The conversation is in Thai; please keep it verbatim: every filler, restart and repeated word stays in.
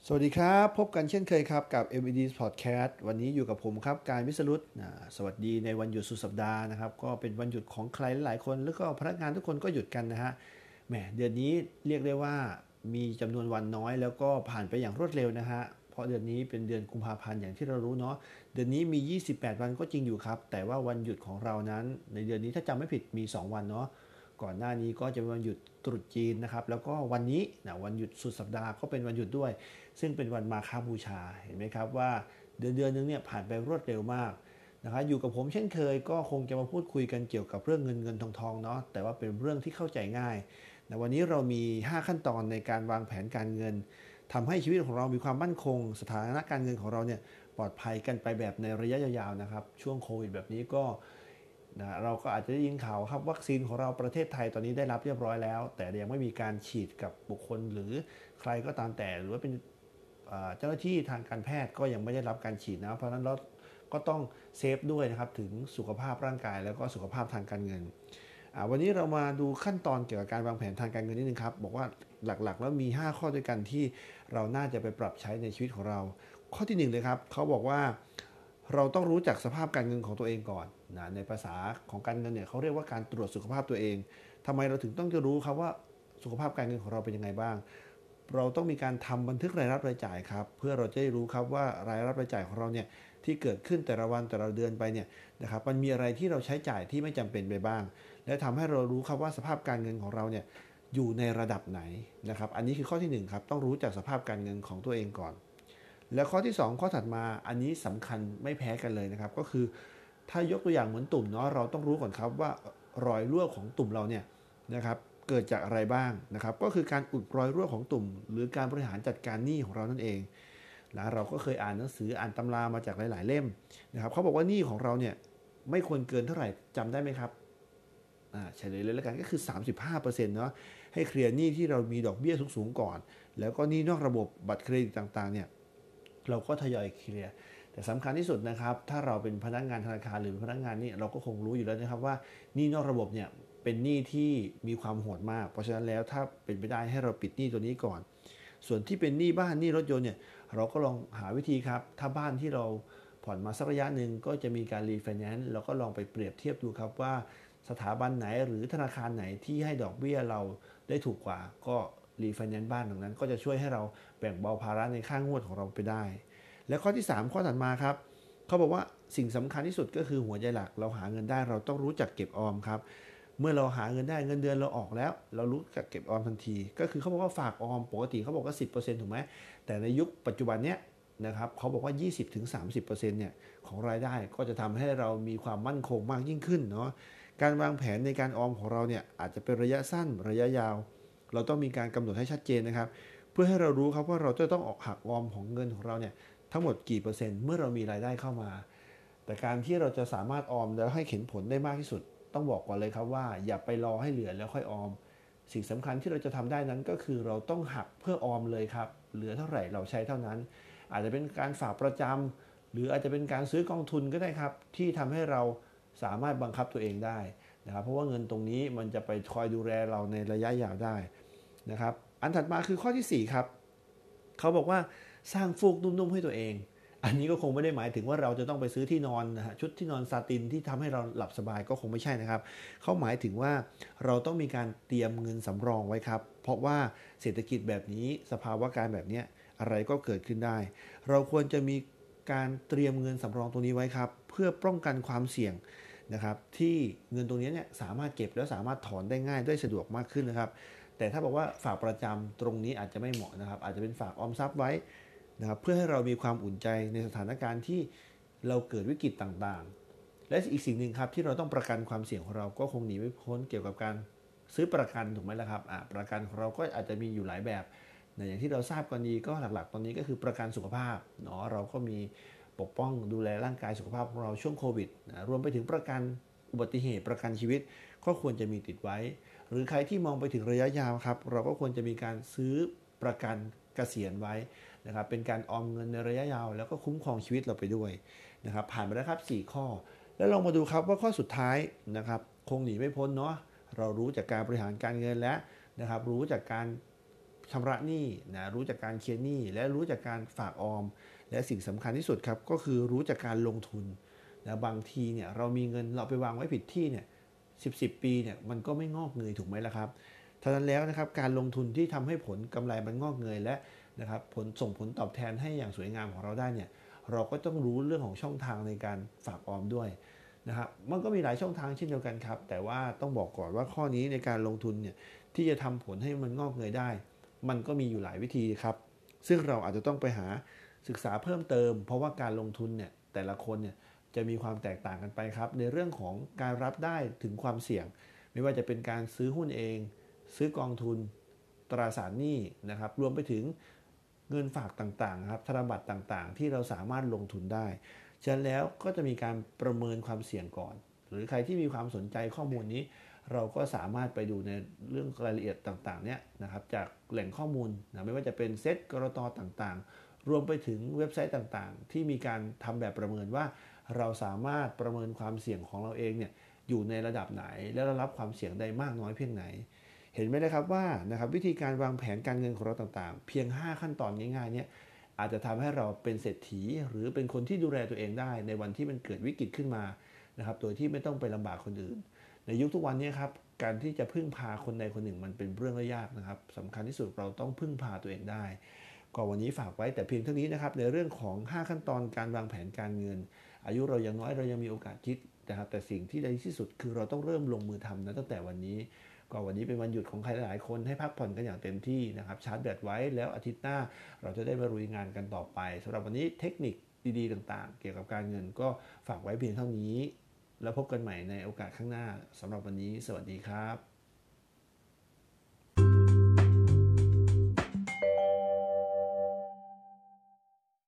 สวัสดีครับพบกันเช่นเคยครับกับ เอ็ม วี ดี Podcast วันนี้อยู่กับผมครับการวิสรุตนะสวัสดีในวันหยุดสุดสัปดาห์นะครับก็เป็นวันหยุดของใครหลายๆคนแล้วก็พนักงานทุกคนก็หยุดกันนะฮะแหมเดือนนี้เรียกได้ว่ามีจำนวนวันน้อยแล้วก็ผ่านไปอย่างรวดเร็วนะฮะเพราะเดือนนี้เป็นเดือนกุมภาพันธ์อย่างที่เรารู้เนาะเดือนนี้มียี่สิบแปดวันก็จริงอยู่ครับแต่ว่าวันหยุดของเรานั้นในเดือนนี้ถ้าจำไม่ผิดมีสองวันเนาะ ก่อนหน้านี้ก็จะเป็นวันหยุดตรุษจีนนะครับแล้วก็วันนี้นะวันหยุดสุดสัปดาห์ก็เป็นวันหยุดด้วยซึ่งเป็นวันมาฆบูชาเห็นไหมครับว่าเดือนเดือนนึงเนี่ยผ่านไปรวดเร็วมากนะครับอยู่กับผมเช่นเคยก็คงจะมาพูดคุยกันเกี่ยวกับเรื่องเงินเงินทองทองเนาะแต่ว่าเป็นเรื่องที่เข้าใจง่ายนะวันนี้เรามีห้าขั้นตอนในการวางแผนการเงินทำให้ชีวิตของเรามีความมั่นคงสถานะการเงินของเราเนี่ยปลอดภัยกันไปแบบในระยะยาวๆนะครับช่วงโควิดแบบนี้ก็ นะเราก็อาจจะได้ยินข่าวครับวัคซีนของเราประเทศไทยตอนนี้ได้รับเรียบร้อยแล้วแต่ยังไม่มีการฉีดกับบุคคลหรือใครก็ตามแต่หรือว่าเป็นเจ้าหน้าที่ทางการแพทย์ก็ยังไม่ได้รับการฉีดนะเพราะฉะนั้นเราก็ต้องเซฟด้วยนะครับถึงสุขภาพร่างกายแล้วก็สุขภาพทางการเงินวันนี้เรามาดูขั้นตอนเกี่ยวกับการวางแผนทางการเงินนิดนึงครับบอกว่าหลักๆแล้วมีห้าข้อด้วยกันที่เราน่าจะไปปรับใช้ในชีวิตของเราข้อที่หนึ่งเลยครับเขาบอกว่าเราต้องรู้จักสภาพการเงินของตัวเองก่อนนะในภาษาของการเงินเนี่ยเขาเรียกว่าการตรวจสุขภาพตัวเองทำไมเราถึงต้องจะรู้ครับว่าสุขภาพการเงินของเราเป็นยังไงบ้างเราต้องมีการทำบันทึกรายรับรายจ่ายครับเพื่อเราจะได้รู้ครับว่ารายรับรายจ่ายของเราเนี่ยที่เกิดขึ้นแต่ละวันแต่ละเดือนไปเนี่ยนะครับมันมีอะไรที่เราใช้จ่ายที่ไม่จำเป็นไปบ้างและทำให้เรารู้ครับว่าสภาพการเงินของเราเนี่ยอยู่ในระดับไหนนะครับอันนี้คือข้อที่หนึ่งครับต้องรู้จักสภาพการเงินของตัวเองก่อนแล้วข้อที่สองข้อถัดมาอันนี้สำคัญไม่แพ้กันเลยนะครับก็คือถ้ายกตัวอย่างเหมือนตุ่มเนาะเราต้องรู้ก่อนครับว่ารอยรั่วของตุ่มเราเนี่ยนะครับเกิดจากอะไรบ้างนะครับก็คือการอุดรอยรั่วของตุ่มหรือการบริหารจัดการหนี้ของเรานั่นเองนะเราก็เคยอ่านหนังสืออ่านตำรามาจากหลายๆเล่มนะครับเขาบอกว่าหนี้ของเราเนี่ยไม่ควรเกินเท่าไหร่จำได้ไหมครับเฉลยเลยแล้วกันก็คือ สามสิบห้าเปอร์เซ็นต์ เนาะให้เคลียร์หนี้ที่เรามีดอกเบี้ยสูงๆก่อนแล้วก็หนี้นอกระบบบัตรเครดิตต่างๆเนี่ยเราก็ทยอยเคลียร์แต่สำคัญที่สุดนะครับถ้าเราเป็นพนักงานธนาคารหรือพนักงานนี่เราก็คงรู้อยู่แล้วนะครับว่าหนี้นอกระบบเนี่ยเป็นหนี้ที่มีความโหดมากเพราะฉะนั้นแล้วถ้าเป็นไปได้ให้เราปิดหนี้ตัวนี้ก่อนส่วนที่เป็นหนี้บ้านหนี้รถยนต์เนี่ยเราก็ลองหาวิธีครับถ้าบ้านที่เราผ่อนมาสักระยะหนึ่งก็จะมีการรีไฟแนนซ์เราก็ลองไปเปรียบเทียบดูครับว่าสถาบันไหนหรือธนาคารไหนที่ให้ดอกเบี้ยเราได้ถูกกว่าก็รีไฟแนนซ์บ้านตรงนั้นก็จะช่วยให้เราแบ่งเบาภาระในค่างวดของเราไปได้และข้อที่สามข้อถัดมาครับเขาบอกว่าสิ่งสำคัญที่สุดก็คือหัวใจหลักเราหาเงินได้เราต้องรู้จักเก็บออมครับเมื่อเราหาเงินได้เงินเดือนเราออกแล้วเรารู้จักเก็บออมทันทีก็คือเขาบอกว่าฝากออมปกติเขาบอกว่า สิบเปอร์เซ็นต์ ถูกไหมแต่ในยุคปัจจุบันเนี้ยนะครับเขาบอกว่า ยี่สิบถึงสามสิบเปอร์เซ็นต์ เนี่ยของรายได้ก็จะทำให้เรามีความมั่นคงมากยิ่งขึ้นเนาะการวางแผนในการออมของเราเนี่ยอาจจะเป็นระยะสั้นระยะยาวเราต้องมีการกำหนดให้ชัดเจนนะครับเพื่อให้เรารู้ครับว่าเราจะต้องออกหักออมของเงินของเราเนี่ยทั้งหมดกี่เปอร์เซ็นต์เมื่อเรามีรายได้เข้ามาแต่การที่เราจะสามารถออมแล้วให้เห็นผลได้มากที่สุดต้องบอกก่อนเลยครับว่าอย่าไปรอให้เหลือแล้วค่อยออมสิ่งสำคัญที่เราจะทำได้นั้นก็คือเราต้องหักเพื่อออมเลยครับเหลือเท่าไหร่เราใช้เท่านั้นอาจจะเป็นการฝากประจำหรืออาจจะเป็นการซื้อกองทุนก็ได้ครับที่ทำให้เราสามารถบังคับตัวเองได้นะครับเพราะว่าเงินตรงนี้มันจะไปคอยดูแลเราในระยะยาวได้นะครับอันถัดมาคือข้อที่สี่ครับเขาบอกว่าสร้างฟูกนุ่มๆให้ตัวเองอันนี้ก็คงไม่ได้หมายถึงว่าเราจะต้องไปซื้อที่นอนนะฮะชุดที่นอนซาตินที่ทำให้เราหลับสบายก็คงไม่ใช่นะครับเขาหมายถึงว่าเราต้องมีการเตรียมเงินสำรองไว้ครับเพราะว่าเศรษฐกิจแบบนี้สภาวะการแบบนี้อะไรก็เกิดขึ้นได้เราควรจะมีการเตรียมเงินสำรองตรงนี้ไว้ครับเพื่อป้องกันความเสี่ยงนะครับที่เงินตรงนี้เนี่ยสามารถเก็บแล้วสามารถถอนได้ง่ายได้สะดวกมากขึ้นนะครับแต่ถ้าบอกว่าฝากประจำตรงนี้อาจจะไม่เหมาะนะครับอาจจะเป็นฝากออมทรัพย์ไว้นะครับเพื่อให้เรามีความอุ่นใจในสถานการณ์ที่เราเกิดวิกฤตต่างๆและอีกสิ่งหนึ่งครับที่เราต้องประกันความเสี่ยงของเราก็คงหนีไม่พ้นเกี่ยวกับการซื้อประกันถูกไหมล่ะครับประกันของเราก็อาจจะมีอยู่หลายแบบอย่างที่เราทราบกันดีก็หลักๆตอนนี้ก็คือประกันสุขภาพเนาะเราก็มีปกป้องดูแลร่างกายสุขภาพของเราช่วงโควิดนะรวมไปถึงประกันอุบัติเหตุประกันชีวิตก็ควรจะมีติดไว้หรือใครที่มองไปถึงระยะยาวครับเราก็ควรจะมีการซื้อประกันเกษียณไว้นะครับเป็นการออมเงินในระยะยาวแล้วก็คุ้มครองชีวิตเราไปด้วยนะครับผ่านไปแล้วครับสี่ข้อแล้วลองมาดูครับว่าข้อสุดท้ายนะครับคงหนีไม่พ้นเนาะเรารู้จากการบริหารการเงินแล้วนะครับรู้จากการชำระหนี้นะรู้จักการเคลียร์หนี้และรู้จักการฝากออมและสิ่งสำคัญที่สุดครับก็คือรู้จักการลงทุนนะบางทีเนี่ยเรามีเงินเราไปวางไว้ผิดที่เนี่ยสิบสิบปีเนี่ยมันก็ไม่งอกเงยถูกไหมล่ะครับฉะนั้นแล้วนะครับการลงทุนที่ทำให้ผลกำไรมันงอกเงยและนะครับผลส่งผลตอบแทนให้อย่างสวยงามของเราได้เนี่ยเราก็ต้องรู้เรื่องของช่องทางในการฝากออมด้วยนะครับมันก็มีหลายช่องทางเช่นเดียวกันครับแต่ว่าต้องบอกก่อนว่าข้อนี้ในการลงทุนเนี่ยที่จะทำผลให้มันงอกเงยได้มันก็มีอยู่หลายวิธีครับซึ่งเราอาจจะต้องไปหาศึกษาเพิ่มเติมเพราะว่าการลงทุนเนี่ยแต่ละคนเนี่ยจะมีความแตกต่างกันไปครับในเรื่องของการรับได้ถึงความเสี่ยงไม่ว่าจะเป็นการซื้อหุ้นเองซื้อกองทุนตราสารหนี้นะครับรวมไปถึงเงินฝากต่างๆครับธนบัตรต่างๆที่เราสามารถลงทุนได้ฉะนั้นแล้วก็จะมีการประเมินความเสี่ยงก่อนหรือใครที่มีความสนใจข้อมูลนี้เราก็สามารถไปดูในเรื่องรายละเอียดต่างๆเนี่ยนะครับจากแหล่งข้อมูลนะไม่ว่าจะเป็นเซ็ตกรตต่างๆรวมไปถึงเว็บไซต์ต่างๆที่มีการทำแบบประเมินว่าเราสามารถประเมินความเสี่ยงของเราเองเนี่ยอยู่ในระดับไหนและเรารับความเสี่ยงได้มากน้อยเพียงไหนเห็นไหมนะครับว่านะครับวิธีการวางแผนการเงินของเราต่างๆเพียงห้าขั้นตอนง่ายๆเนี่ยอาจจะทำให้เราเป็นเศรษฐีหรือเป็นคนที่ดูแลตัวเองได้ในวันที่มันเกิดวิกฤตขึ้นมานะครับโดยที่ไม่ต้องไปลำบากคนอื่นในยุคทุกวันนี้ครับการที่จะพึ่งพาคนใดคนหนึ่งมันเป็นเรื่องยากนะครับสำคัญที่สุดเราต้องพึ่งพาตัวเองได้ก็วันนี้ฝากไว้แต่เพียงเท่านี้นะครับในเรื่องของห้าขั้นตอนการวางแผนการเงินอายุเรายังน้อยเรายังมีโอกาสคิดนะครับแต่สิ่งที่ดีที่สุดคือเราต้องเริ่มลงมือทำนะตั้งแต่วันนี้ก็วันนี้เป็นวันหยุดของใครหลายคนให้พักผ่อนกันอย่างเต็มที่นะครับชาร์จแบตไว้แล้วอาทิตย์หน้าเราจะได้มาลุยงานกันต่อไปสำหรับวันนี้เทคนิคดีๆต่างๆเกี่ยวกับการเงินก็ฝากไว้เพียงเท่านี้แล้วพบกันใหม่ในโอกาสข้างหน้าสำหรับวันนี้สวัสดีครับ